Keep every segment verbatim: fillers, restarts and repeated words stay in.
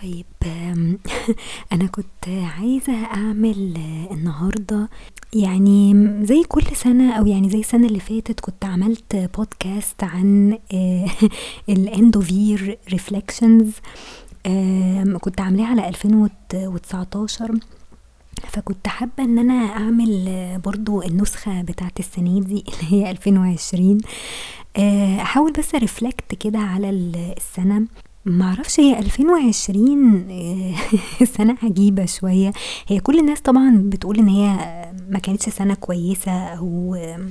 طيب آمم أنا كنت عايزة أعمل آه، النهارده يعني م زي كل سنة أو يعني زي السنة اللي فاتت كنت عملت podcast عن آآ الend of year reflections. آمم كنت عاملاه على ألفين وت وتسعتاشر، فكنت حابة إن أنا أعمل برضه النسخة بتاعة السنة دي اللي هي ألفين وعشرين. آآ أحاول بس أreflect كده على ال السنة. ما أعرفش هي ألفين وعشرين آآ سنة عجيبة شوية. هي كل الناس طبعًا بتقول إن هي ما كانتش سنة كويسة أو آمم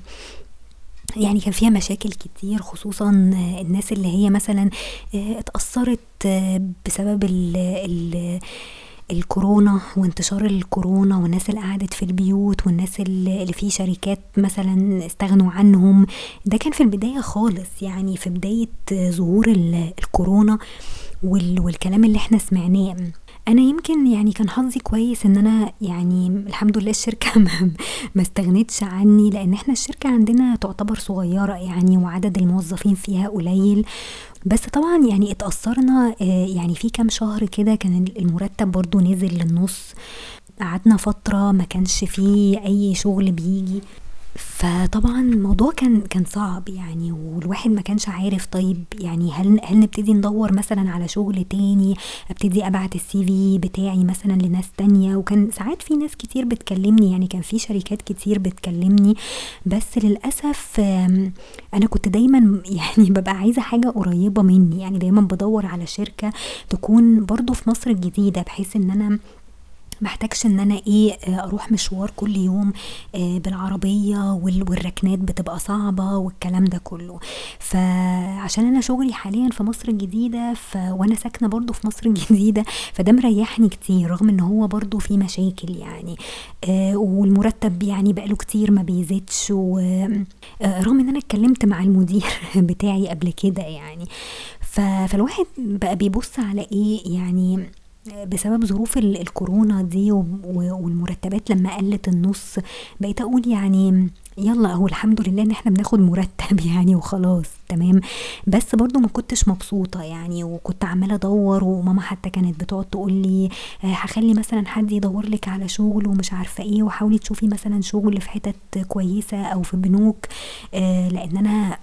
يعني كان فيها مشاكل كتير، خصوصًا الناس اللي هي مثلًا آآ اتأثّرت آه، بسبب ال ال الكورونا وانتشار الكورونا، والناس اللي قعدت في البيوت، والناس ال اللي في شركات مثلًا استغنوا عنهم. ده كان في البداية خالص، يعني في بداية ظهور ال الكورونا وال والكلام اللي إحنا سمعناه. أنا يمكن يعني كان حظي كويس إن أنا يعني الحمد لله الشركة ما ما استغنتش عني، لإن إحنا الشركة عندنا تعتبر صغيرة يعني وعدد الموظفين فيها قليل. بس طبعًا يعني اتأثّرنا آآ يعني في كام شهر كده كان ال المرتب برضه نزل للنُص. قعدنا فترة ما كانش في أي شغل بييجي، فطبعًا الموضوع كان كان صعب يعني، والواحد ما كانش عارف طيب يعني هل هل نبتدي ندوّر مثلًا على شغل تاني، أبتدي أبعت الCV بتاعي مثلًا لناس تانية. وكان ساعات في ناس كتير بتكلمني، يعني كان في شركات كتير بتكلمني، بس للأسف آمم أنا كنت دايمًا يعني بابقى عايزة حاجة قريبة مني، يعني دايمًا بادوّر على شركة تكون برضه في مصر الجديدة، بحيث إن أنا ما احتاجش إن أنا إيه آآ أروح مشوار كل يوم آآ بالعربية وال والركنات بتبقى صعبة والكلام ده كله. فعشان أنا شغلي حاليًا في مصر الجديدة ف وأنا ساكنة برضه في مصر الجديدة، فده مريحني كتير، رغم إن هو برضه في مشاكل يعني. آآ والمرتب يعني بقى له كتير ما بيزيدش، وآمم آآ رغم إن أنا اتكلمت مع المدير بتاعي قبل كده يعني. ف فالواحد بقى بيبُص على إيه، يعني بسبب ظروف ال الكورونا دي و والمرتبات لمّا قلّت النُص، بقيت أقول يعني يالّا أهو الحمد لله إن إحنا بناخد مرتب يعني وخلاص تمام. بس برضه ما كنتش مبسوطة يعني، وكنت عمّالة أدوّر، وماما حتى كانت بتقعد تقول لي آآ هاخلّي مثلًا حد يدوّر لِك على شغل ومش عارفة إيه، وحاولي تشوفي مثلًا شغل في حتت كويسة أو في بنوك. آآ لإن أنا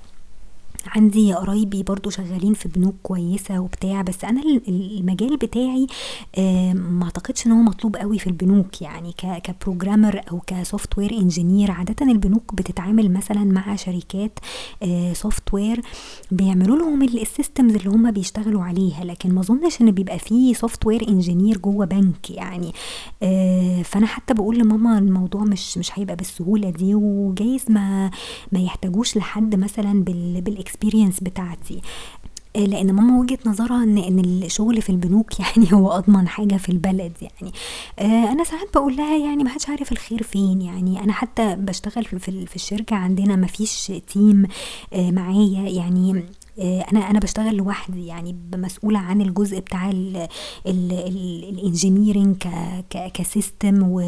عندي قرايبي برضه شغالين في بنوك كويسة وبتاع، بس أنا ال ال المجال بتاعي آآ ما أعتقدش إن هو مطلوب أوي في البنوك، يعني ك كprogrammer أو كsoftware engineer. عادةً البنوك بتتعامل مثلًا مع شركات آآ software بيعملوا لهم ال الsystems اللي هم بيشتغلوا عليها، لكن ما أظنش إن بيبقى في software engineer جوّه بنك يعني. آآ فأنا حتى باقول لماما الموضوع مش مش هيبقى بالسهولة دي، وجايز ما ما يحتاجوش لحد مثلًا بال بالexperience بتاعتي. آآ لإن ماما وجهة نظرها إن إن الشغل في البنوك يعني هو أضمن حاجة في البلد يعني. آآ أنا ساعات باقول لها يعني ما حدش عارف الخير فين، يعني أنا حتى باشتغل في في ال في الشركة عندنا ما فيش team آآ معايا يعني. آآ أنا أنا باشتغل لوحدي، يعني ب مسؤولة عن الجزء بتاع ال ال ال الengineering ك ك كsystem و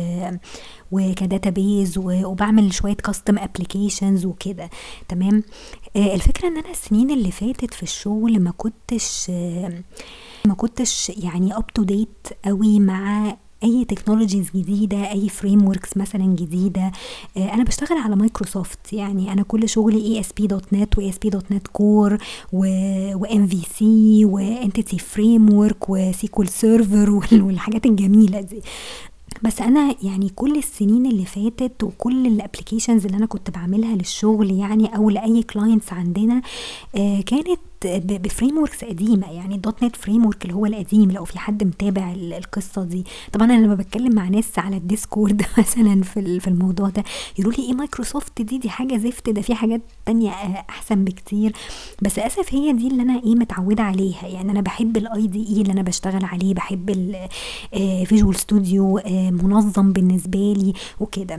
وكdatabase و وباعمل شوية custom applications وكده تمام. آآ الفكرة إن أنا السنين اللي فاتت في الشغل ما كنتش آه، ما كنتش يعني up to date أوي مع أي technologies جديدة، أي frameworks مثلًا جديدة. آآ أنا باشتغل على مايكروسوفت، يعني أنا كل شغلي إيه إس بي دوت نت وإيه إس بي دوت نت Core و وMVC وentity framework وSQL server وال والحاجات الجميلة دي. بس أنا يعني كل السنين اللي فاتت وكل الapplications اللي أنا كنت باعملها للشغل يعني أو لأي clients عندنا آآ كانت ب بframeworks قديمة، يعني .NET framework اللي هو القديم، لو في حد متابع ال القصة دي. طبعًا أنا لمّا باتكلم مع ناس على الDiscord مثلًا في ال في الموضوع ده يقولوا لي: "إيه مايكروسوفت دي، دي حاجة زفت، ده في حاجات تانية أ أحسن بكتير." بس للأسف هي دي اللي أنا إيه متعودة عليها، يعني أنا باحب الIDE اللي أنا باشتغل عليه، باحب ال آآ Visual Studio آآ منظم بالنسبة لي وكده.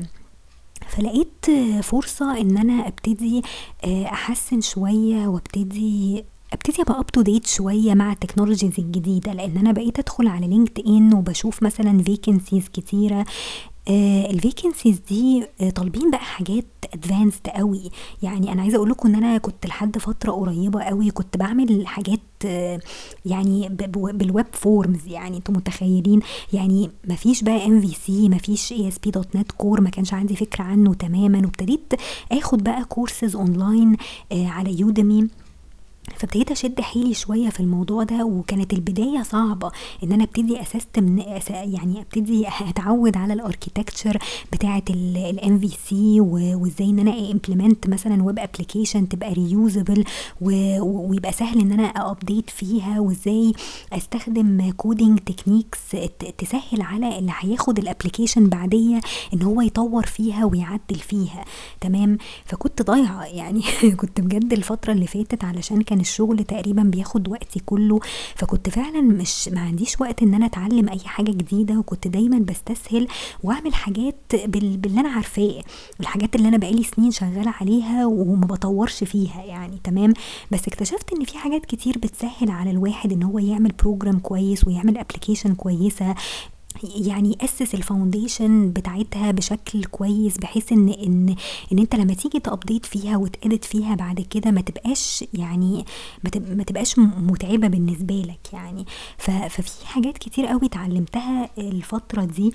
فلقيت آه، فرصة إن أنا أبتدي آآ أحسّن شوية وأبتدي أبتدي أبقى up to date شوية مع التكنولوجيز الجديدة، لإن أنا بقيت أدخل على LinkedIn وباشوف مثلًا vacancies كتيرة الفيكنسيز دي آه، طالبين بقى حاجات ادفانسد قوي. يعني انا عايزه اقول لكم ان انا كنت لحد فتره قريبه قوي كنت بعمل حاجات آه، يعني ب- ب- بالويب فورمز. يعني انتوا متخيلين؟ يعني مفيش بقى ام في سي، مفيش اي اس بي دوت نت كور، ما كانش عندي فكره عنه تماما، وابتديت اخد بقى كورسز اونلاين آه، على يوديمي. فابتديت اشد حيلي شويه في الموضوع ده، وكانت البدايه صعبه ان انا ابتدي اسست من أس- يعني ابتدي اتعود على الاركيتكتشر بتاعه الام في سي، وازاي ان انا امبلمنت مثلا ويب ابلكيشن تبقى ريوزبل ويبقى سهل ان انا ابديت فيها، وازاي استخدم كودينج تكنيكس تسهل على اللي هياخد الابلكيشن بعديه ان هو يطور فيها ويعدل فيها. تمام. فكنت ضايعه يعني كنت بجد الفتره اللي فاتت علشان كان الشغل تقريبا بياخد وقتي كله، فكنت فعلا مش ما عنديش وقت ان انا اتعلم اي حاجه جديده، وكنت دايما بستسهل واعمل حاجات بال... باللي انا عارفاه، الحاجات اللي انا بقالي سنين شغاله عليها وما بطورش فيها يعني. تمام. بس اكتشفت ان في حاجات كتير بتسهل على الواحد ان هو يعمل بروجرام كويس ويعمل ابلكيشن كويسه، يعني يأسس الفاونديشن بتاعتها بشكل كويس، بحيث ان ان ان انت لما تيجي تابديت فيها وتأدت فيها بعد كده ما تبقاش يعني ما تب- ما تبقاش م- متعبة بالنسبة لك يعني. ف- ففي حاجات كتير قوي اتعلمتها الفترة دي،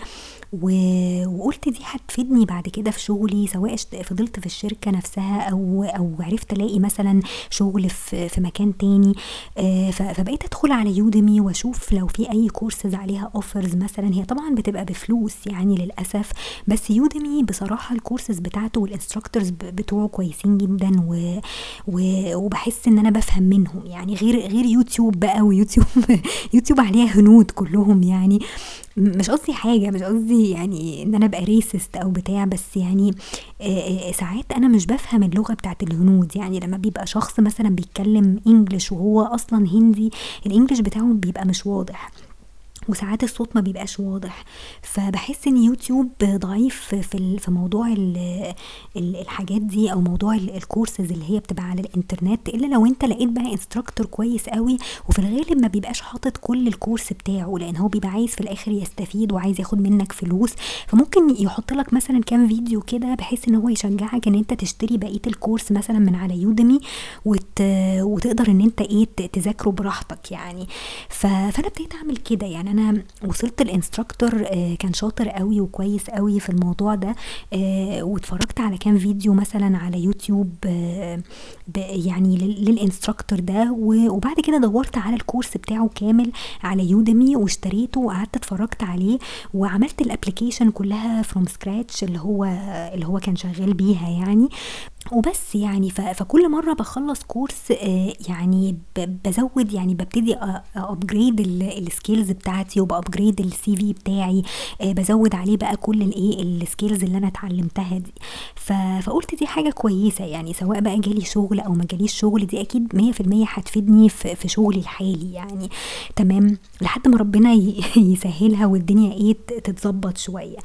و- وقلت دي هتفيدني بعد كده في شغلي، سواء اشت- فضلت في الشركة نفسها او او عرفت الاقي مثلا شغل في في مكان تاني. آه، ف- فبقيت ادخل على يوديمي واشوف لو في اي كورسز عليها اوفرز مثلا. هي طبعا بتبقى بفلوس يعني للاسف، بس يوديمي بصراحه الكورسز بتاعته والانستراكتورز بتوعه كويسين جدا، و... و... وبحس ان انا بفهم منهم يعني، غير غير يوتيوب بقى. ويوتيوب يوتيوب عليها هنود كلهم يعني. م- مش قصدي حاجه، مش قصدي يعني ان انا ابقى ريسست او بتاع، بس يعني آه، آه، ساعات انا مش بفهم اللغه بتاعت الهنود. يعني لما بيبقى شخص مثلا بيتكلم انجلش وهو اصلا هندي، الانجليش بتاعه بيبقى مش واضح، وساعات الصوت ما بيبقاش واضح. فبحس ان يوتيوب ضعيف في ال- في موضوع ال ال الحاجات دي، او موضوع ال- الكورسز اللي هي بتبقى على الانترنت، الا لو انت لقيت بقى انستراكتور كويس قوي. وفي الغالب ما بيبقاش حاطط كل الكورس بتاعه، لان هو بيبقى عايز في الاخر يستفيد وعايز ياخد منك فلوس، فممكن يحط لك مثلا كام فيديو كده بحيث ان هو يشجعك ان انت تشتري بقية الكورس مثلا من على يوديمي، وت... وتقدر ان انت ايه ت- تذاكره براحتك يعني. ف... فانا ابتديت اعمل كده يعني. انا وصلت الانستراكتور آه، كان شاطر قوي وكويس قوي في الموضوع ده، آه، واتفرجت على كام فيديو مثلا على يوتيوب آه، ب- يعني لل- للانستراكتور ده، و- وبعد كده دورت على الكورس بتاعه كامل على يوديمي واشتريته وقعدت اتفرجت عليه، وعملت الابلكيشن كلها فروم سكراتش اللي هو اللي هو كان شغال بيها يعني. وبس يعني ف- فكل مره بخلص كورس آه، يعني ب- بزود يعني ببتدي ابجريد السكيلز بتاعتي، وبابجريد السي في بتاعي، آه، بزود عليه بقى كل الايه السكيلز اللي انا اتعلمتها دي. ف- فقلت دي حاجه كويسه يعني، سواء بقى جالي شغل او ما جاليش شغل، دي اكيد مية في المية هتفيدني في في شغلي الحالي يعني. تمام. لحد ما ربنا ي- يسهلها والدنيا ايه ت- تتظبط شويه.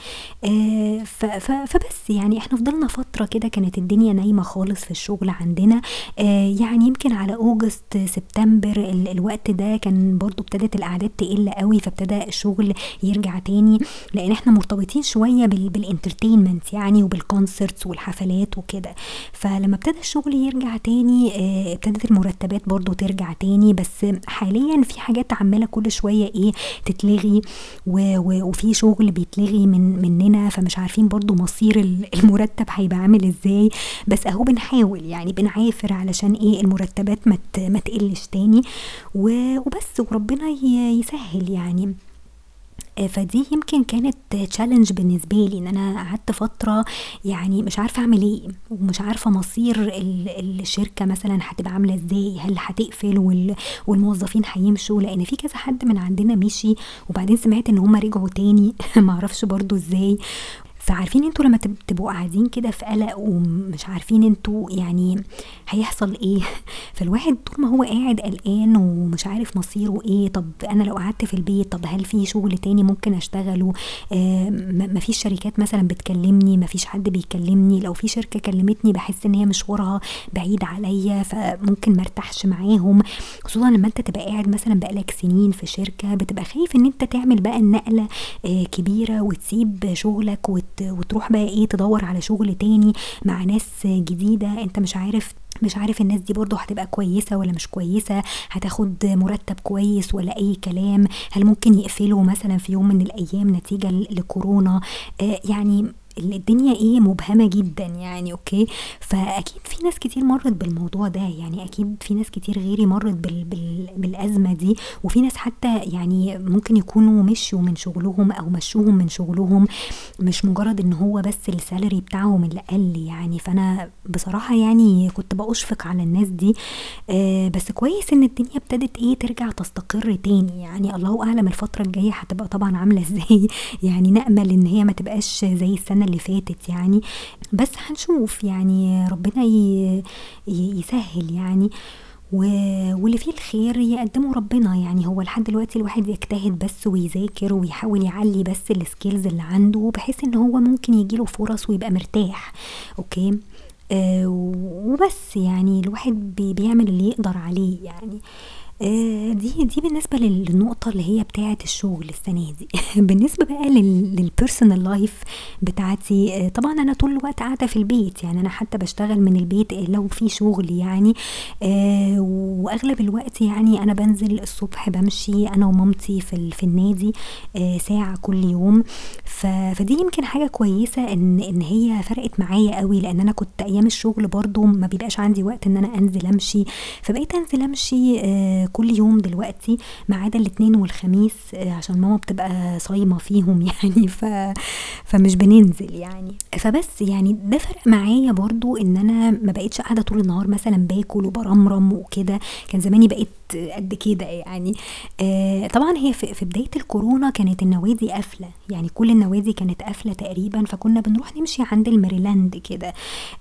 آه، ف- ف- فبس يعني احنا فضلنا فتره كده كانت الدنيا نايمه خالص في الشغل عندنا. آه، يعني يمكن على اوجست سبتمبر ال- الوقت ده كان برضو ابتدت الاعداد تقل قوي، فابتدى الشغل يرجع تاني، لان احنا مرتبطين شويه بال بالانترتينمنت يعني، وبالكونسرتس والحفلات وكده. فلما ابتدى الشغل يرجع تاني آه، ابتدت المرتبات برضو ترجع تاني. بس حاليا في حاجات عماله كل شويه ايه تتلغي، و- و- وفي شغل بيتلغي من مننا، فمش عارفين برضو مصير ال- المرتب هيبقى عامل ازاي. بس اهو بنحاول يعني بنعافر علشان ايه المرتبات ما ت- ما تقلش تاني، و- وبس وربنا ي- يسهل يعني. آه، فدي يمكن كانت تشالنج بالنسبة لي، ان انا قعدت فترة يعني مش عارفة اعمل ايه، ومش عارفة مصير ال- الشركة مثلا هتبقى عاملة ازاي، هل هتقفل وال- والموظفين هيمشوا، لان في كذا حد من عندنا مشي، وبعدين سمعت ان هم رجعوا تاني معرفش برضو ازاي. فعارفين انتوا لما تب- تبقوا قاعدين كده في قلق ومش عارفين انتوا يعني هيحصل ايه. فالواحد طول ما هو قاعد قلقان ومش عارف مصيره ايه، طب انا لو قعدت في البيت طب هل في شغل تاني ممكن اشتغله؟ آه م- مفيش شركات مثلا بتكلمني، مفيش حد بيكلمني، لو في شركة كلمتني بحس ان هي مشوارها بعيد عليا فممكن مرتاحش معاهم. خصوصا لما انت تبقى قاعد مثلا بقالك سنين في شركة، بتبقى خايف ان انت تعمل بقى النقلة آه كبيرة وتسيب شغلك وت... وتروح بقى ايه تدور على شغل تاني مع ناس جديدة، انت مش عارف مش عارف الناس دي برضو هتبقى كويسة ولا مش كويسة، هتاخد مرتب كويس ولا اي كلام، هل ممكن يقفلوا مثلا في يوم من الايام نتيجة ل- لكورونا. آه يعني الدنيا ايه مبهمة جدا يعني. اوكي، فاكيد في ناس كتير مرت بالموضوع ده، يعني اكيد في ناس كتير غيري مرت بال بال بالازمة دي، وفي ناس حتى يعني ممكن يكونوا مشوا من شغلهم او مشوهم من شغلهم، مش مجرد ان هو بس السالري بتاعهم اللي قل يعني. فانا بصراحة يعني كنت بأشفق على الناس دي. آه بس كويس ان الدنيا ابتدت ايه ترجع تستقر تاني، يعني الله اعلم الفترة الجاية هتبقى طبعا عاملة ازاي. يعني نأمل ان هي ما تبقاش زي السنة اللي فاتت يعني، بس هنشوف يعني ربنا ي- ي- يسهل يعني. و- واللي فيه الخير يقدمه ربنا. يعني هو لحد دلوقتي الواحد يجتهد بس ويذاكر ويحاول يعلي بس السكيلز اللي عنده بحيث ان هو ممكن يجيله فرص ويبقى مرتاح. اوكي، آه وبس يعني الواحد بي بيعمل اللي يقدر عليه يعني. آه دي دي بالنسبة لل- للنقطة اللي هي بتاعة الشغل السنة دي. بالنسبة بقى للبيرسونال لايف بتاعتي، آه طبعا انا طول الوقت قاعدة في البيت، يعني انا حتى بشتغل من البيت لو في شغل يعني. آه واغلب الوقت يعني انا بنزل الصبح بمشي انا ومامتي في ال- في النادي آه ساعة كل يوم. ف- فدي يمكن حاجة كويسة ان ان هي فرقت معايا قوي، لان انا كنت ايام الشغل برضو ما بيبقاش عندي وقت ان انا انزل امشي، فبقيت انزل امشي آه كل يوم دلوقتي ما عدا الاثنين والخميس، آه عشان ماما بتبقى صايمة فيهم يعني. ف فمش بننزل يعني. فبس يعني ده فرق معايا برضو ان انا ما بقيتش قاعدة طول النهار مثلا باكل وبرمرم وكده. كان زماني بقيت قد كده يعني. آه طبعا هي في, في بداية الكورونا كانت النوادي قافلة، يعني كل النوادي كانت قافلة تقريبا، فكنا بنروح نمشي عند الميريلاند كده.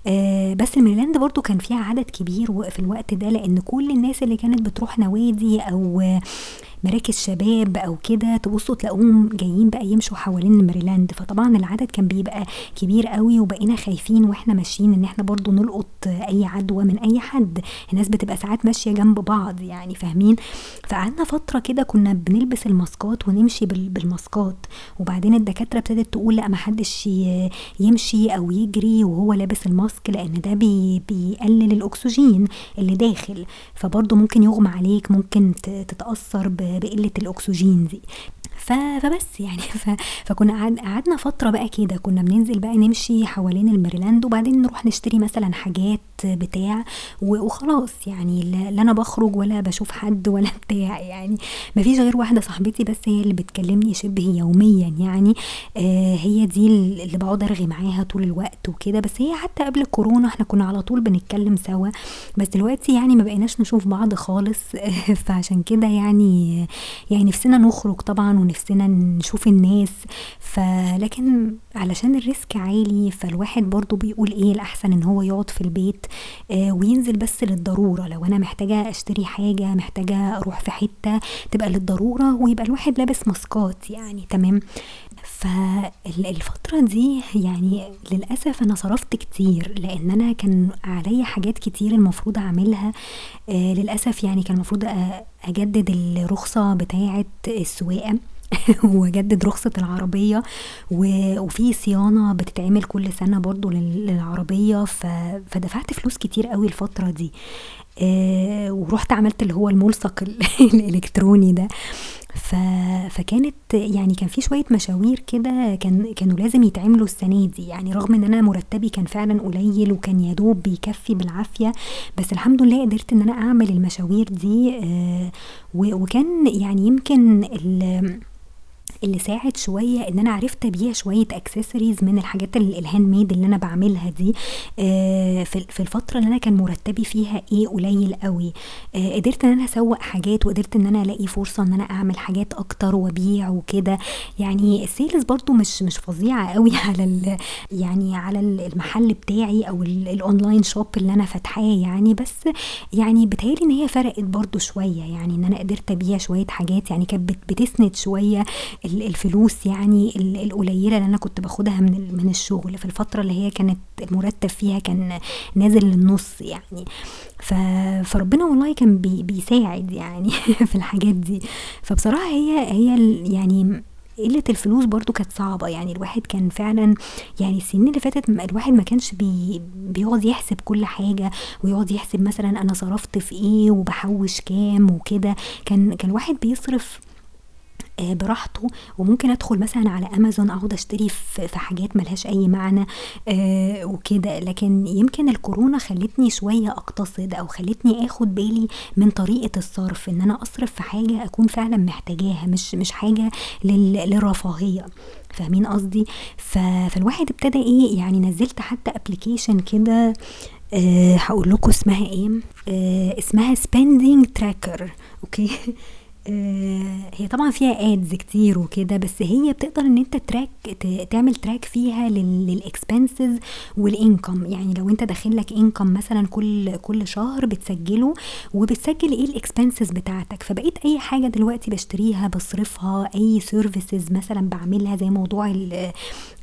آه بس الميريلاند برضو كان فيها عدد كبير و- في الوقت ده، لان كل الناس اللي كانت بتروح نوادي او آه، مراكز شباب او كده تبصوا تلاقوهم جايين بقى يمشوا حوالين الميريلاند، فطبعا العدد كان بيبقى كبير قوي وبقينا خايفين واحنا ماشيين ان احنا برضو نلقط اي عدوى من اي حد. الناس بتبقى ساعات ماشية جنب بعض يعني، فاهمين؟ فقعدنا فترة كده كنا بنلبس الماسكات ونمشي بال- بالماسكات، وبعدين الدكاترة ابتدت تقول لا محدش ي- يمشي او يجري وهو لابس الماسك، لان ده بي بيقلل الاكسجين اللي داخل، فبرضه ممكن يغمى عليك، ممكن ت- تتأثر ب- بقلة الأكسجين دي. ف- فبس يعني ف... فكنا قعد... قعدنا فترة بقى كده كنا بننزل بقى نمشي حوالين الميرلاند، وبعدين نروح نشتري مثلا حاجات بتاع و- وخلاص يعني. لا لا انا بخرج ولا بشوف حد ولا بتاع يعني. مفيش غير واحدة صاحبتي بس هي اللي بتكلمني شبه يوميا يعني. آه هي دي اللي بقعد ارغي معاها طول الوقت وكده، بس هي حتى قبل الكورونا احنا كنا على طول بنتكلم سوا، بس دلوقتي يعني ما بقيناش نشوف بعض خالص. فعشان كده يعني يعني نفسنا نخرج طبعا ونفسنا نشوف الناس، فلكن علشان الريسك عالي فالواحد برضو بيقول ايه الأحسن ان هو يقعد في البيت آه وينزل بس للضرورة. لو انا محتاجة اشتري حاجة، محتاجة اروح في حتة تبقى للضرورة، ويبقى الواحد لابس ماسكات يعني. تمام. فالفترة دي يعني للأسف أنا صرفت كتير، لأن أنا كان عليا حاجات كتير المفروض أعملها. آه للأسف يعني كان المفروض أ- أجدد الرخصة بتاعة السواقة واجدد رخصة العربية، و- وفي صيانة بتتعمل كل سنة برضو لل- للعربية. ف- فدفعت فلوس كتير قوي الفترة دي. آه ورحت عملت اللي هو الملصق ال- الإلكتروني ده. ف... فكانت يعني كان في شوية مشاوير كده كان كانوا لازم يتعملوا السنة دي، يعني رغم ان انا مرتبي كان فعلا قليل وكان يدوب بيكفي بالعافية، بس الحمد لله قدرت ان انا اعمل المشاوير دي. آه و... وكان يعني يمكن ال... اللي ساعد شوية ان انا عرفت ابيع شوية اكسسوارز من الحاجات الهاند ميد اللي انا بعملها دي. آه في في الفترة اللي انا كان مرتبي فيها ايه قليل قوي، آه قدرت ان انا اسوق حاجات، وقدرت ان انا الاقي فرصة ان انا اعمل حاجات اكتر وابيع وكده. يعني السيلز برضو مش مش فظيعة قوي على يعني على المحل بتاعي او الاونلاين شوب اللي انا فاتحاه يعني، بس يعني بتهيألي ان هي فرقت برضو شوية، يعني ان انا قدرت ابيع شوية حاجات، يعني كانت بتسند شوية الفلوس يعني القليلة اللي انا كنت باخدها من من الشغل في الفترة اللي هي كانت المرتب فيها كان نازل للنص يعني. فربنا والله كان بي بيساعد يعني في الحاجات دي. فبصراحة هي هي يعني قلة الفلوس برضو كانت صعبة، يعني الواحد كان فعلا يعني السنين اللي فاتت الواحد ما كانش بي بيقعد يحسب كل حاجة، ويقعد يحسب مثلا انا صرفت في ايه وبحوش كام وكده. كان كان الواحد بيصرف براحته، وممكن ادخل مثلا على امازون اقعد اشتري في حاجات ملهاش اي معنى آه وكده. لكن يمكن الكورونا خلتني شوية اقتصد، او خلتني اخد بالي من طريقة الصرف، ان انا اصرف في حاجة اكون فعلا محتاجاها، مش مش حاجة للرفاهية. فاهمين قصدي؟ فالواحد ابتدى ايه يعني، نزلت حتى ابليكيشن كده أه هقول لكم اسمها ايه، أه اسمها spending tracker. اوكي آه هي طبعا فيها ادز كتير وكده، بس هي بتقدر ان انت تراك تعمل تراك فيها للاكسبنسز والانكم. يعني لو انت داخل لك انكم مثلا كل كل شهر بتسجله، وبتسجل ايه الاكسبنسز بتاعتك. فبقيت اي حاجه دلوقتي بشتريها بصرفها، اي سيرفيسز مثلا بعملها زي موضوع ال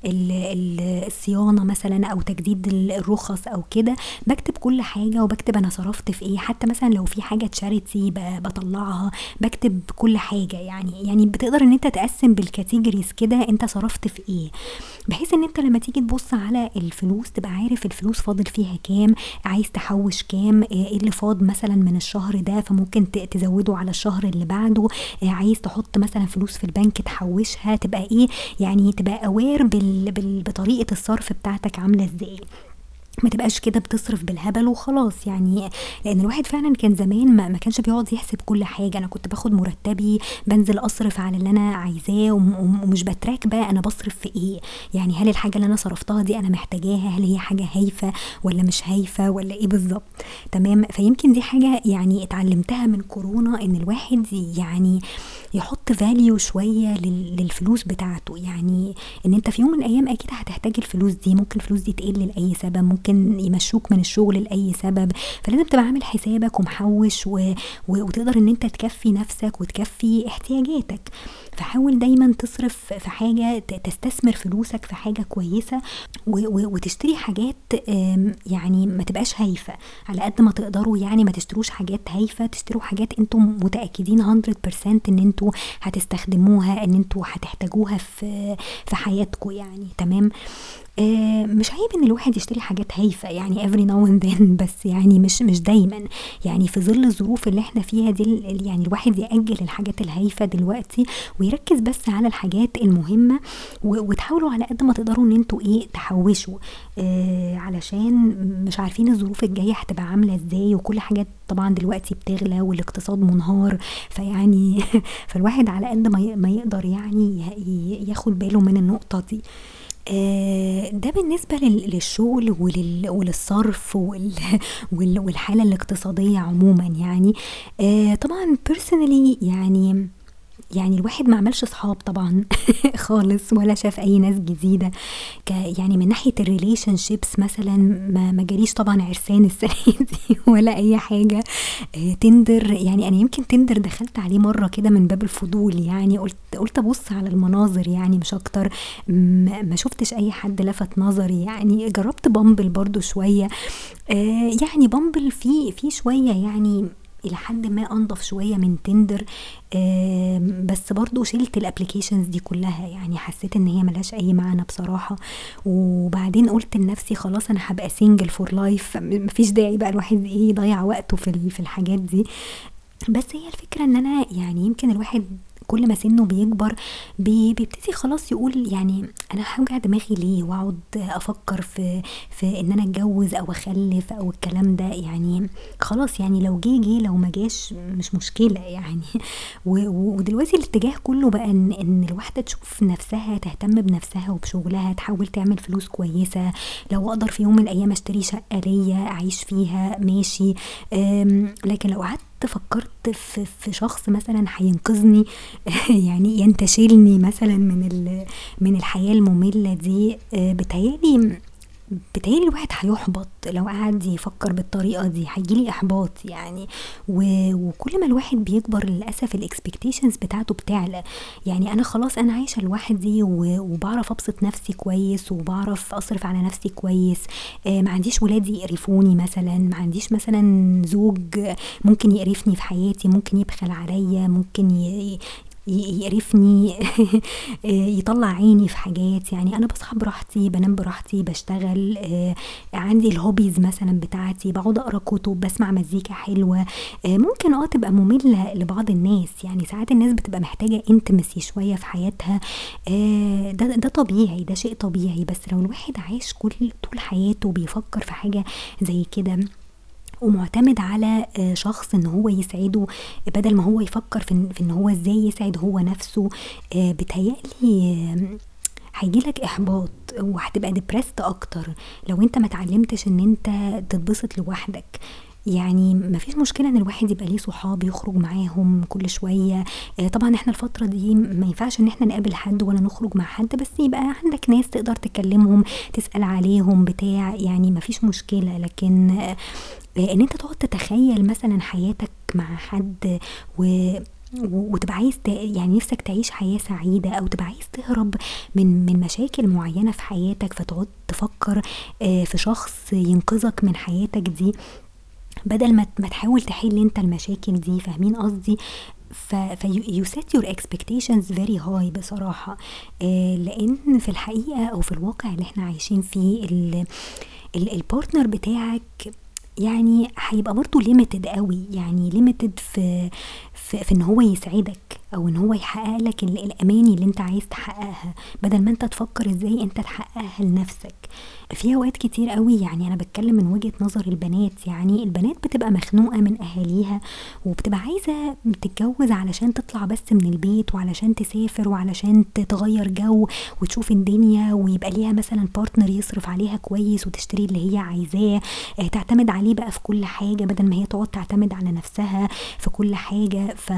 الصيانة مثلا او تجديد الرخص او كده، بكتب كل حاجة وبكتب انا صرفت في ايه. حتى مثلا لو في حاجة تشاريتي بطلعها بكتب كل حاجة. يعني يعني بتقدر ان انت تقسم بالكاتيجوريز كده انت صرفت في ايه، بحيث ان انت لما تيجي تبص على الفلوس تبقى عارف الفلوس فاضل فيها كام، عايز تحوش كام، ايه اللي فاض مثلا من الشهر ده فممكن تزوده على الشهر اللي بعده، عايز تحط مثلا فلوس في البنك تحوشها، تبقى ايه يعني تبقى اوير بال بطريقة الصرف بتاعتك عاملة ازاي. ما تبقاش كده بتصرف بالهبل وخلاص يعني. لان الواحد فعلا كان زمان ما, ما كانش بيقعد يحسب كل حاجة. انا كنت باخد مرتبي بنزل اصرف على اللي انا عايزاه، ومش بتراك بقى انا بصرف في ايه. يعني هل الحاجة اللي انا صرفتها دي انا محتاجاها، هل هي حاجة هايفة ولا مش هايفة ولا ايه بالظبط. تمام. فيمكن دي حاجة يعني اتعلمتها من كورونا، ان الواحد يعني يحط فاليو شوية للفلوس بتاعته. يعني ان انت في يوم من الايام اكيد هتحتاج الفلوس دي، ممكن الفلوس دي تقل لأي سبب، ممكن يمشوك من الشغل لأي سبب. فلازم تبقى عامل حسابك ومحوش و... و... وتقدر ان انت تكفي نفسك وتكفي احتياجاتك. فحاول دايما تصرف في حاجة، تستثمر فلوسك في حاجة كويسة، و... و... وتشتري حاجات يعني ما تبقاش هايفة على قد ما تقدروا. يعني ما تشتروش حاجات هايفة، تشتروا حاجات انتم متأكدين مية بالمية ان انتوا هتستخدموها، ان انتوا هتحتاجوها في في حياتكم يعني. تمام. آه مش عيب ان الواحد يشتري حاجات هايفة يعني every now and then، بس يعني مش مش دايما. يعني في ظل الظروف اللي احنا فيها دي، يعني الواحد يأجل الحاجات الهايفة دلوقتي ويركز بس على الحاجات المهمة، وتحاولوا على قد ما تقدروا ان انتوا ايه تحوشوا، آه علشان مش عارفين الظروف الجاية هتبقى عاملة ازاي، وكل حاجات طبعا دلوقتي بتغلى والاقتصاد منهار. فيعني فالواحد على قد ما يقدر يعني ياخد باله من النقطة دي. ده بالنسبة للشغل وللصرف والحالة الاقتصادية عموما يعني. طبعا personally يعني يعني الواحد ما عملش صحاب طبعا خالص، ولا شاف اي ناس جديدة. يعني من ناحية الريليشن شيبس مثلا ما, ما جاليش طبعا عرسان السنة دي ولا اي حاجة. تندر يعني انا يمكن تندر دخلت عليه مرة كده من باب الفضول، يعني قلت قلت ابص على المناظر يعني مش اكتر. ما شفتش اي حد لفت نظري يعني. جربت بامبل برضو شوية، يعني بامبل فيه فيه شوية يعني الى حد ما انضف شوية من تندر، بس برضو شلت الابليكيشنز دي كلها. يعني حسيت ان هي ملهاش اي معنى بصراحة. وبعدين قلت لنفسي خلاص انا هبقى سينجل فور لايف، مفيش داعي بقى الواحد ايه يضيع وقته في في الحاجات دي. بس هي الفكرة ان انا يعني يمكن الواحد كل ما سنه بيكبر بي- بيبتدي خلاص يقول يعني انا هوجع دماغي ليه واقعد افكر في في ان انا اتجوز او اخلف او الكلام ده. يعني خلاص يعني لو جه جه لو ما جاش مش مشكلة يعني. و- و- ودلوقتي الاتجاه كله بقى ان ان الواحدة تشوف نفسها، تهتم بنفسها وبشغلها، تحاول تعمل فلوس كويسة. لو اقدر في يوم من الايام اشتري شقة ليا اعيش فيها ماشي. أم، لكن لو قعدت فكرت في في شخص مثلا هينقذني يعني ينتشلني مثلا من ال- من الحياة المملة دي، آه، بتهيالي بتهيألي الواحد هيحبط لو قعد يفكر بالطريقة دي، هيجيلي إحباط يعني. و... وكل ما الواحد بيكبر للأسف الإكسبكتيشنز بتاعته بتعلى. يعني أنا خلاص أنا عايشة لوحدي و... وبعرف أبسط نفسي كويس وبعرف أصرف على نفسي كويس. آه ما عنديش ولادي يقرفوني مثلا، ما عنديش مثلا زوج ممكن يقرفني في حياتي، ممكن يبخل عليا، ممكن ي... ي- يقرفني يطلع عيني في حاجات. يعني انا بصحى براحتي، بنام براحتي، بشتغل، آه، عندي الهوبيز مثلا بتاعتي، بقعد اقرا كتب، بسمع مزيكا حلوه. آه، ممكن اه تبقى ممله لبعض الناس، يعني ساعات الناس بتبقى محتاجه انتمسي شويه في حياتها. آه، ده ده طبيعي، ده شيء طبيعي. بس لو الواحد عايش كل طول حياته بيفكر في حاجه زي كده ومعتمد على آه، شخص ان هو يسعده بدل ما هو يفكر في ان, في إن هو ازاي يسعد هو نفسه، آه، بتهيألي آه، هيجيلك احباط وهتبقى ديبرست اكتر لو انت ما اتعلمتش ان انت تتبسط لوحدك. يعني مفيش مشكلة ان الواحد يبقى ليه صحاب يخرج معاهم كل شوية. آه، طبعا احنا الفترة دي ما ينفعش ان احنا نقابل حد ولا نخرج مع حد، بس يبقى عندك ناس تقدر تكلمهم، تسأل عليهم بتاع، يعني مفيش مشكلة. لكن آه، ان انت تقعد تتخيل مثلا حياتك مع حد و و- وتبقى عايز ت... يعني نفسك تعيش حياة سعيدة، او تبقى عايز تهرب من من مشاكل معينة في حياتك، فتقعد تفكر آه، في شخص ينقذك من حياتك دي بدل ما ما تحاول تحل انت المشاكل دي. فاهمين قصدي؟ ف ف you set your expectations very high بصراحة. آه لان في الحقيقة او في الواقع اللي احنا عايشين فيه ال ال البارتنر بتاعك يعني هيبقى برضو limited قوي، يعني limited في في, في ان هو يسعدك او ان هو يحقق لك ال- الاماني اللي انت عايز تحققها، بدل ما انت تفكر ازاي انت تحققها لنفسك. في اوقات كتير قوي، يعني انا بتكلم من وجهة نظر البنات، يعني البنات بتبقى مخنوقة من اهاليها وبتبقى عايزة تتجوز علشان تطلع بس من البيت وعلشان تسافر وعلشان تغير جو وتشوف الدنيا، ويبقى ليها مثلا بارتنر يصرف عليها كويس وتشتري اللي هي عايزاه، آه، تعتمد عليه بقى في كل حاجة بدل ما هي تقعد تعتمد على نفسها في كل حاجة. ف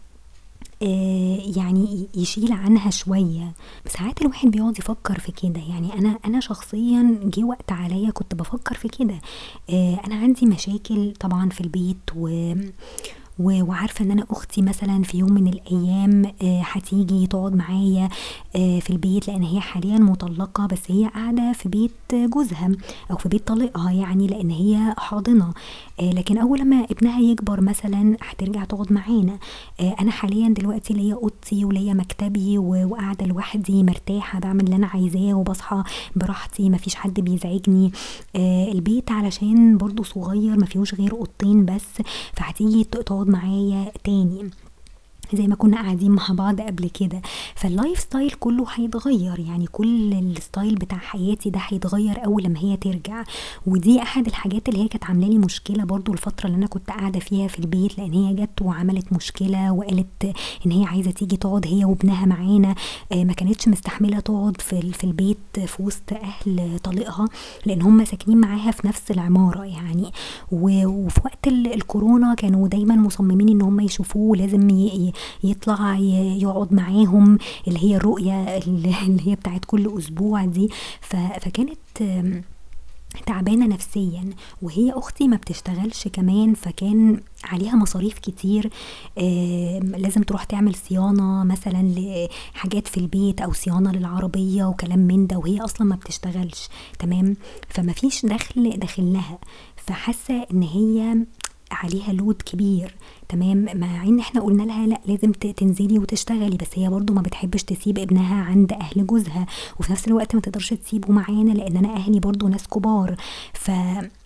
آه، يعني يشيل عنها شوية. ساعات الواحد بيقعد يفكر في كده. يعني انا انا شخصيا جه وقت عليا كنت بفكر في كده. آه، انا عندي مشاكل طبعا في البيت و و- وعارفة ان انا اختي مثلا في يوم من الايام آه، هتيجي تقعد معايا آه، في البيت، لان هي حاليا مطلقة بس هي قاعدة في بيت جوزها او في بيت طليقها، يعني لان هي حاضنة. آه، لكن اول لما ابنها يكبر مثلا هترجع تقعد معانا. آه، انا حاليا دلوقتي ليا اوضتي وليا مكتبي و- وقاعدة لوحدي مرتاحة، بعمل اللي انا عايزاه وبصحى براحتي، مفيش حد بيزعجني. آه، البيت علشان برضو صغير مفيهوش غير اوضتين بس، فهتيجي تقعد معايا تاني زي ما كنا قاعدين مع بعض قبل كده. فاللايف ستايل كله هيتغير، يعني كل الستايل بتاع حياتي ده هيتغير اول لما هي ترجع. ودي احد الحاجات اللي هي كانت عامله لي مشكله برضو الفتره اللي انا كنت قاعده فيها في البيت، لان هي جت وعملت مشكله وقالت ان هي عايزه تيجي تقعد هي وابنها معانا. آه، ما كانتش مستحمله تقعد في ال- في البيت في وسط اهل طليقها، لان هم ساكنين معاها في نفس العماره يعني. و- وفي وقت ال- الكورونا كانوا دايما مصممين ان هم يشوفوه، لازم ي- ي- يطلع ي- يقعد معاهم، اللي هي الرؤية اللي هي بتاعت كل أسبوع دي. ف- فكانت آم، تعبانة نفسيا، وهي أختي ما بتشتغلش كمان، فكان عليها مصاريف كتير. آم، لازم تروح تعمل صيانة مثلا لحاجات في البيت أو صيانة للعربية وكلام من ده، وهي أصلا ما بتشتغلش. تمام. فما فيش دخل داخل لها، فحاسة ان هي عليها لود كبير. تمام. مع ان احنا قلنا لها لا لازم ت- تنزلي وتشتغلي، بس هي برضو ما بتحبش تسيب ابنها عند اهل جوزها، وفي نفس الوقت ما تقدرش تسيبه معانا لان انا اهلي برضو ناس كبار. ف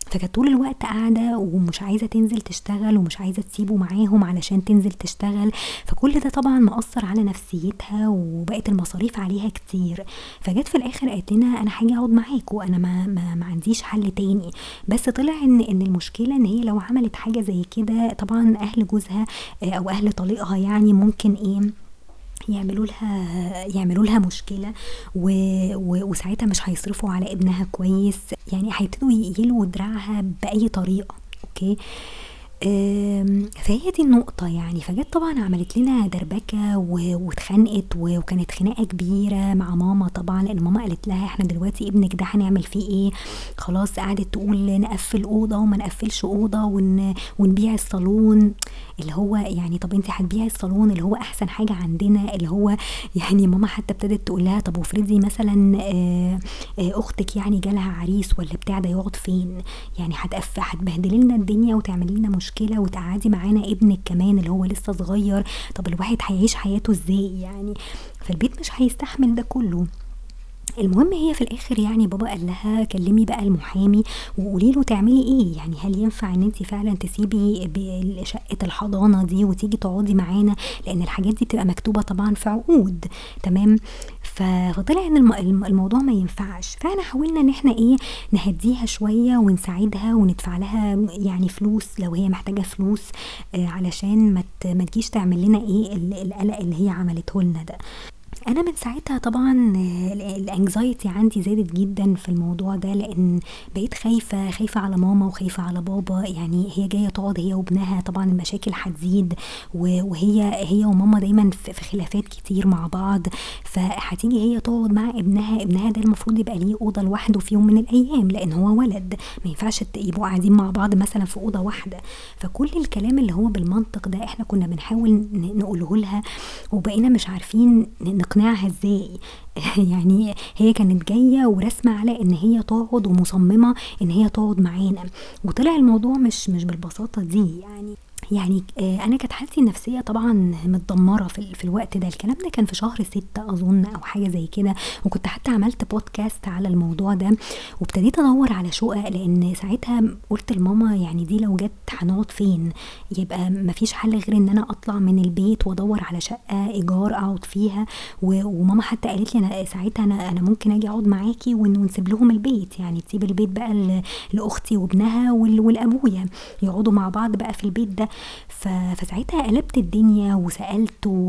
فكانت طول الوقت قاعدة ومش عايزة تنزل تشتغل ومش عايزة تسيبه معاهم علشان تنزل تشتغل. فكل ده طبعا مأثر على نفسيتها وبقت المصاريف عليها كتير. فجت في الاخر قالت لنا انا هاجي اقعد معاكم، انا ما, ما, ما عنديش حل تاني. بس طلع ان ان المشكلة ان هي لو عملت حاجة زي كده طبعا اهل جوزها او اهل طليقها يعني ممكن ايه يعملوا لها يعملوا لها مشكله و... و... وساعتها مش هيصرفوا على ابنها كويس، يعني هيبتدوا يقلوا دراعها باي طريقه. اوكي، فهي دي النقطة يعني. فجت طبعا عملت لنا دربكة واتخانقت وكانت خناقة كبيرة مع ماما طبعا، لان ماما قالت لها احنا دلوقتي ابنك ده هنعمل فيه ايه؟ خلاص قعدت تقول نقفل اوضة وما نقفلش اوضة ون... ونبيع الصالون، اللي هو يعني طب انت هتبيعي الصالون اللي هو احسن حاجة عندنا، اللي هو يعني ماما حتى ابتدت تقول لها طب وفرضي مثلا اختك يعني جالها عريس ولا بتاع ده يقعد فين؟ يعني هتقف هتبهدلي لنا الدنيا وتعملي لنا مشكله وتقعدي معانا ابنك كمان اللي هو لسه صغير، طب الواحد هيعيش حياته ازاي يعني؟ فالبيت مش هيستحمل ده كله. المهم هي في الاخر يعني بابا قال لها كلمي بقى المحامي وقولي له تعملي ايه، يعني هل ينفع ان انت فعلا تسيبي شقه الحضانه دي وتيجي تقعدي معانا، لان الحاجات دي بتبقى مكتوبه طبعا في عقود. تمام، فطلع ان الموضوع ما ينفعش. فاحنا حاولنا ان احنا ايه نهديها شويه ونساعدها وندفع لها يعني فلوس لو هي محتاجه فلوس آه علشان ما ما تجيش تعمل لنا ايه القلق اللي هي عملته لنا ده. انا من ساعتها طبعا الانكزايتي عندي زادت جدا في الموضوع ده، لان بقيت خايفة خايفة على ماما وخايفة على بابا. يعني هي جاية تقعد هي وابنها، طبعا المشاكل هتزيد وهي هي وماما دايما في خلافات كتير مع بعض، فهتيجي هي تقعد مع ابنها. ابنها ده المفروض يبقى ليه اوضه لوحده في يوم من الايام لان هو ولد، ما ينفعش يبقوا قاعدين مع بعض مثلا في اوضه واحده. فكل الكلام اللي هو بالمنطق ده احنا كنا بنحاول نقوله لها وبقينا مش عارفين نقنعها ازاي. يعني هي كانت جايه ورسمه على ان هي تقعد ومصممه ان هي تقعد معانا، وطلع الموضوع مش مش بالبساطه دي يعني. يعني انا كانت حالتي النفسيه طبعا متدمره في, في الوقت ده. الكلام ده كان في شهر ستة اظن او حاجه زي كده، وكنت حتى عملت بودكاست على الموضوع ده وابتديت ادور على شقق، لان ساعتها قلت لماما يعني دي لو جت هنقعد فين؟ يبقى مفيش حل غير ان انا اطلع من البيت وادور على شقه ايجار اقعد فيها. وماما حتى قالت لي انا ساعتها انا انا ممكن اجي اقعد معاكي ونسيب لهم البيت، يعني تسيب البيت بقى لاختي وابنها والابويا يقعدوا مع بعض بقى في البيت ده. فساعتها قلبت الدنيا وسألت و...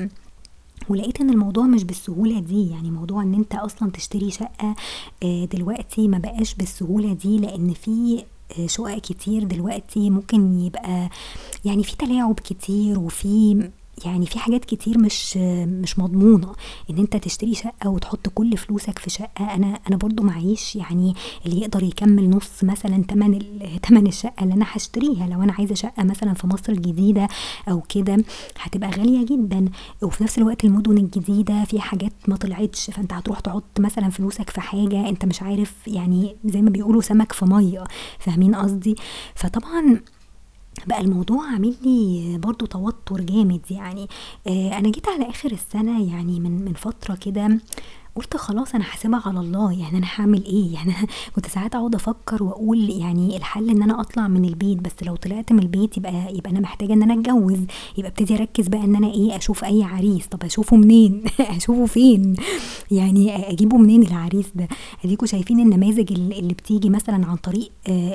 ولقيت ان الموضوع مش بالسهولة دي. يعني موضوع ان انت اصلا تشتري شقة دلوقتي ما بقاش بالسهولة دي، لان في شقق كتير دلوقتي ممكن يبقى يعني في تلاعب كتير وفي يعني في حاجات كتير مش مش مضمونة ان انت تشتري شقة وتحط كل فلوسك في شقة. انا انا برضو معيش يعني اللي يقدر يكمل نص مثلا تمن تمن الشقة اللي انا هشتريها. لو انا عايزة شقة مثلا في مصر الجديدة او كده هتبقى غالية جدا، وفي نفس الوقت المدن الجديدة في حاجات ما طلعتش، فانت هتروح تحط مثلا فلوسك في حاجة انت مش عارف، يعني زي ما بيقولوا سمك في مية، فاهمين قصدي؟ فطبعا بقى الموضوع عامل لي برضو توتر جامد يعني. آه انا جيت على اخر السنة يعني من من فترة كده قلت خلاص انا هسيبها على الله، يعني انا هعمل ايه؟ يعني كنت ساعات اقعد افكر واقول يعني الحل ان انا اطلع من البيت، بس لو طلعت من البيت يبقى يبقى انا محتاجه ان انا اتجوز، يبقى ابتدي اركز بقى ان انا ايه اشوف اي عريس. طب اشوفه منين؟ اشوفه فين؟ يعني اجيبه منين العريس ده؟ اديكوا شايفين النماذج اللي بتيجي مثلا عن طريق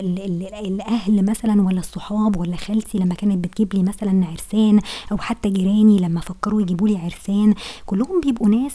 الاهل مثلا ولا الصحاب ولا خالتي لما كانت بتجيب لي مثلا عرسان، او حتى جيراني لما فكروا يجيبوا لي عرسان، كلهم بيبقوا ناس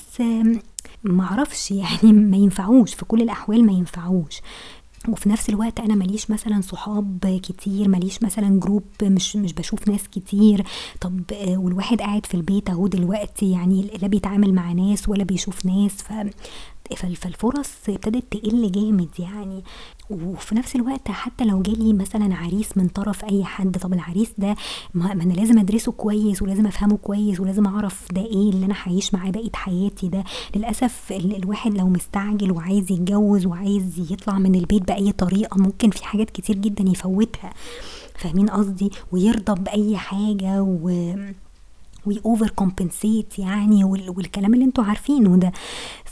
معرفش يعني ما ينفعوش في كل الاحوال، ما ينفعوش. وفي نفس الوقت انا ماليش مثلا صحاب كتير، ماليش مثلا جروب، مش مش بشوف ناس كتير. طب والواحد قاعد في البيت اهو دلوقتي يعني لا بيتعامل مع ناس ولا بيشوف ناس، ف فالفرص ابتدت تقل جامد يعني. وفي نفس الوقت حتى لو جالي مثلا عريس من طرف اي حد، طب العريس ده ما انا لازم ادرسه كويس ولازم افهمه كويس ولازم اعرف ده ايه اللي انا هعيش معاه بقية حياتي ده. للأسف الواحد لو مستعجل وعايز يتجوز وعايز يطلع من البيت بأي طريقة ممكن في حاجات كتير جدا يفوتها، فاهمين قصدي؟ ويرضى بأي حاجة و وي اوفر كومبنسيت يعني والكلام اللي انتوا عارفينه ده.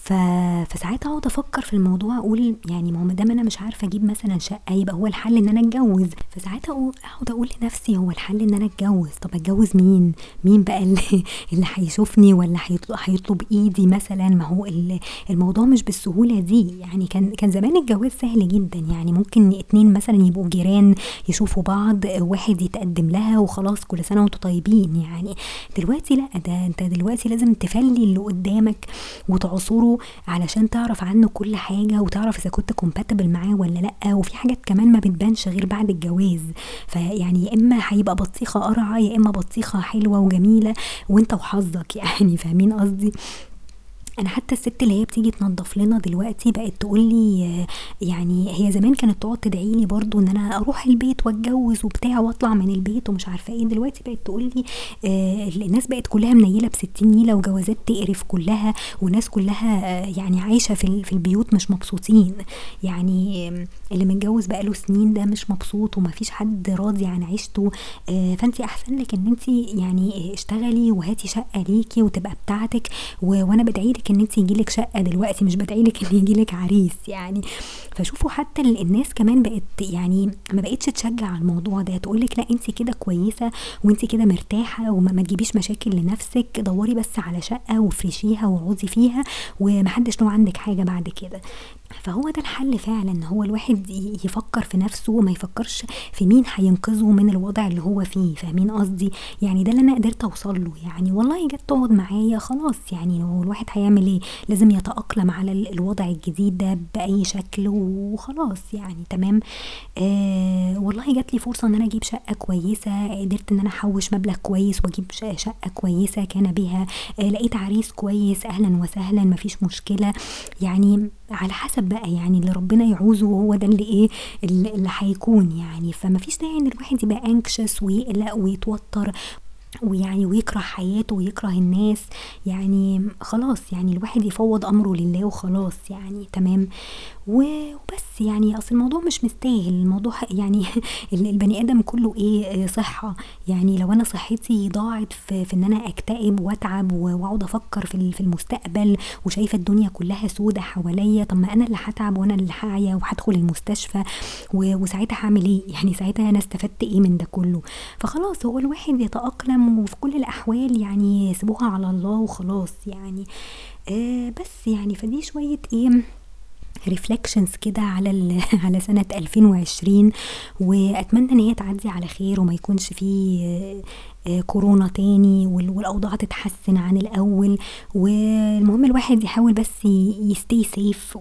ف... فساعات اقعد افكر في الموضوع، اقول يعني ما هو ما دام انا مش عارفه اجيب مثلا شقه يبقى هو الحل ان انا اتجوز. فساعات اقول اقعد اقول لنفسي هو الحل ان انا اتجوز، طب اتجوز مين؟ مين بقى اللي اللي هيشوفني ولا هيطلب هيطلب ايدي مثلا؟ ما هو ال- الموضوع مش بالسهوله دي. يعني كان كان زمان الجواز سهل جدا، يعني ممكن اتنين مثلا يبقوا جيران يشوفوا بعض، واحد يتقدم لها وخلاص كل سنه وانتم طيبين. يعني دلوقتي لا، ده انت دلوقتي لازم تفلي اللي قدامك وتعصره علشان تعرف عنه كل حاجه، وتعرف اذا كنت كومباتبل معاه ولا لا. وفي حاجات كمان ما بتبانش غير بعد الجواز. فيعني يا اما هيبقى بطيخه قرعه، يا اما بطيخه حلوه وجميله وانت وحظك يعني. فاهمين قصدي؟ انا حتى الست اللي هي بتيجي تنظف لنا دلوقتي بقت تقول لي، يعني هي زمان كانت تقعد تدعي لي برضو ان انا اروح البيت واتجوز وبتاع واطلع من البيت ومش عارفه ايه. دلوقتي بقت تقول لي آه الناس بقت كلها منيله بستين نيله وجوازات تقرف كلها، والناس كلها آه يعني عايشه في ال- في البيوت مش مبسوطين. يعني آم، اللي متجوز بقاله سنين ده مش مبسوط ومفيش حد راضي عن عيشته. آه فانت احسن لك ان انت يعني اشتغلي وهاتي شقه ليكي وتبقى بتاعتك، و- وانا بدعيلك ان انت يجيلك شقه دلوقتي، مش بدعيلك ان يجيلك عريس يعني. فشوفوا حتى ال- الناس كمان بقت يعني ما بقتش تشجع على الموضوع ده، تقولك لا انت كده كويسه وانت كده مرتاحه وما ما تجيبيش مشاكل لنفسك، دوري بس على شقه وفرشيها واقعدي فيها ومحدش له عندك حاجه بعد كده. فهو ده الحل فعلا، هو الواحد ي- يفكر في نفسه وما يفكرش في مين هينقذه من الوضع اللي هو فيه. فاهمين قصدي؟ يعني ده اللي انا قدرت اوصل له. يعني والله جت تقعد معايا خلاص، يعني هو الواحد هيعمل ايه؟ لازم يتأقلم على ال- الوضع الجديد ده بأي شكل وخلاص يعني. تمام. آه والله جات لي فرصة ان انا اجيب شقة كويسة، قدرت ان انا احوش مبلغ كويس واجيب ش- شقة كويسة كان بها. آه لقيت عريس كويس، اهلا وسهلا مفيش مشكلة. يعني على حسب بقى، يعني اللي ربنا يعوزه هو ده اللي ايه اللي اللي هيكون يعني. فما فيش داعي ان الواحد يبقى انكشس ويقلق ويتوتر ويعني ويكره حياته ويكره الناس. يعني خلاص، يعني الواحد يفوض امره لله وخلاص يعني. تمام. و- وبس يعني، اصل الموضوع مش مستاهل الموضوع يعني ال- البني ادم كله ايه آه، صحة. يعني لو انا صحتي ضاعت في, في ان انا اكتئب واتعب و- واقعد افكر في ال- في المستقبل وشايفة الدنيا كلها سودة حواليا، طب ما انا اللي هتعب وانا اللي هعيا وهدخل المستشفى و- وساعتها هعمل ايه يعني؟ ساعتها انا استفدت ايه من ده كله؟ فخلاص هو الواحد يتأقلم، وفي كل الاحوال يعني سيبوها على الله وخلاص يعني. آه بس يعني فدي شوية ايه ريفلكشنز كده على ال- على سنة ألفين وعشرين. واتمنى ان هي تعدي على خير وما يكونش فيه آه، آه، كورونا تاني وال- والاوضاع تتحسن عن الاول. والمهم الواحد يحاول بس يستي سيف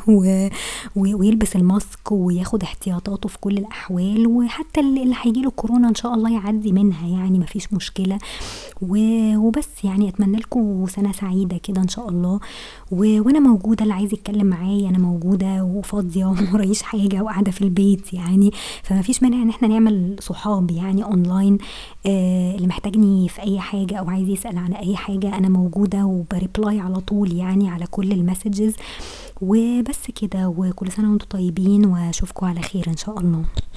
ويلبس الماسك وياخد احتياطاته في كل الاحوال. وحتى اللي اللي هيجيله كورونا ان شاء الله يعدي منها، يعني مفيش مشكلة. و- وبس يعني اتمنى لكم سنة سعيدة كده ان شاء الله. و... وانا موجودة، اللي عايز يتكلم معايا انا موجودة وفاضية ومرايش حاجة وقاعدة في البيت يعني. فما فيش مانع ان احنا نعمل صحاب يعني اونلاين. آه اللي محتاجني في اي حاجة او عايز يسأل عن اي حاجة انا موجودة وبريبلاي على طول يعني على كل المسجز. وبس كده، وكل سنة وانتم طيبين واشوفكم على خير ان شاء الله.